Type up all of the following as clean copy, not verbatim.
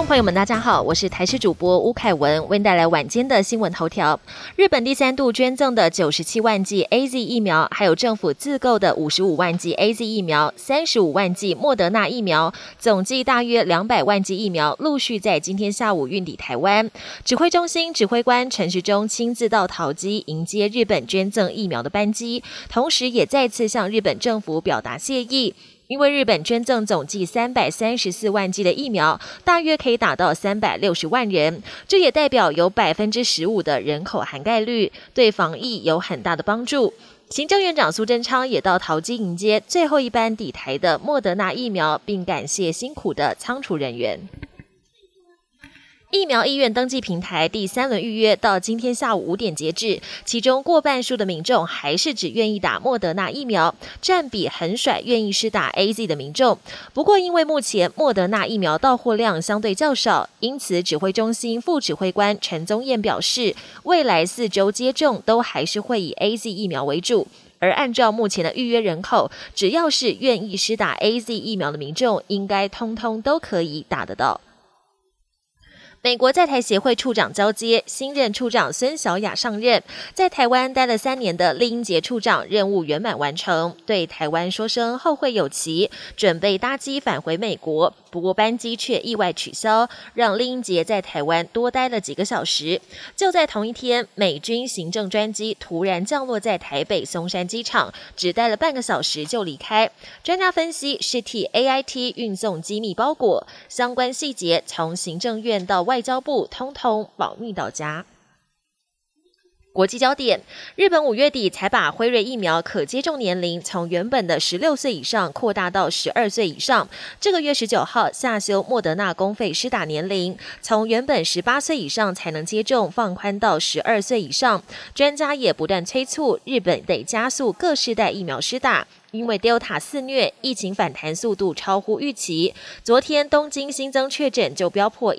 朋友们，大家好，我是台视主播吴凯文，为您带来晚间的新闻头条。日本第三度捐赠的97万剂 AZ 疫苗，还有政府自购的55万剂 AZ 疫苗、35万剂莫德纳疫苗，总计大约200万剂疫苗，陆续在今天下午运抵台湾。指挥中心指挥官陈时中亲自到桃机迎接日本捐赠疫苗的班机，同时也再次向日本政府表达谢意。因为日本捐赠总计334万剂的疫苗，大约可以打到360万人，这也代表有15%的人口涵盖率，对防疫有很大的帮助。行政院长苏贞昌也到桃机迎接最后一班抵台的莫德纳疫苗，并感谢辛苦的仓储人员。疫苗意愿登记平台第3轮预约到今天下午5点截止，其中过半数的民众还是只愿意打莫德纳疫苗，占比很甩愿意施打 AZ 的民众。不过因为目前莫德纳疫苗到货量相对较少，因此指挥中心副指挥官陈宗彦表示，未来4周接种都还是会以 AZ 疫苗为主。而按照目前的预约人口，只要是愿意施打 AZ 疫苗的民众，应该通通都可以打得到。美国在台协会处长交接，新任处长孙小雅上任。在台湾待了3年的酈英杰处长任务圆满完成，对台湾说声后会有期，准备搭机返回美国。不过班机却意外取消，让酈英杰在台湾多待了几个小时。就在同一天，美军行政专机突然降落在台北松山机场，只待了半个小时就离开。专家分析是替 AIT 运送机密包裹，相关细节从行政院到外交部通通保密到家。国际焦点，日本5月底才把辉瑞疫苗可接种年龄从原本的16岁以上扩大到12岁以上。这个月19号下修莫德纳公费施打年龄，从原本18岁以上才能接种放宽到12岁以上。专家也不断催促日本得加速各世代疫苗施打。因为 Delta 肆虐，疫情反弹速度超乎预期。昨天东京新增确诊就飙破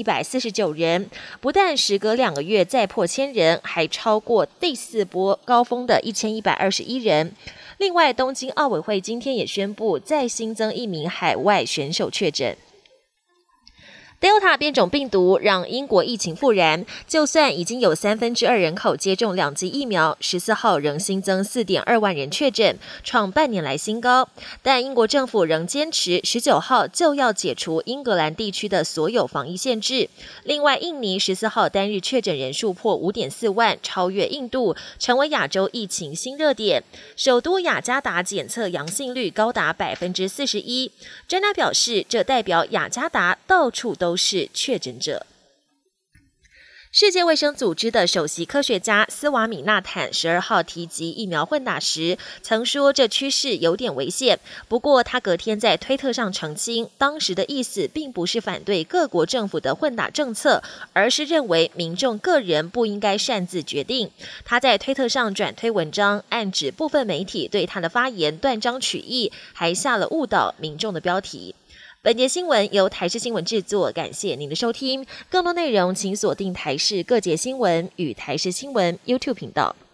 1149人，不但时隔2个月再破1000人，还超过第4波高峰的1121人。另外，东京奥委会今天也宣布再新增1名海外选手确诊。Delta 变种病毒让英国疫情复燃，就算已经有2/3人口接种2剂疫苗，14号仍新增4.2万人确诊，创半年来新高。但英国政府仍坚持19号就要解除英格兰地区的所有防疫限制。另外，印尼14号单日确诊人数破5.4万，超越印度，成为亚洲疫情新热点。首都雅加达检测阳性率高达41%，专家表示，这代表雅加达到处都是确诊者。世界卫生组织的首席科学家斯瓦米纳坦12号提及疫苗混打时，曾说这趋势有点危险。不过他隔天在推特上澄清，当时的意思并不是反对各国政府的混打政策，而是认为民众个人不应该擅自决定。他在推特上转推文章，暗指部分媒体对他的发言断章取义，还下了误导民众的标题。本节新闻由台视新闻制作，感谢您的收听。更多内容请锁定台视各节新闻与台视新闻 YouTube 频道。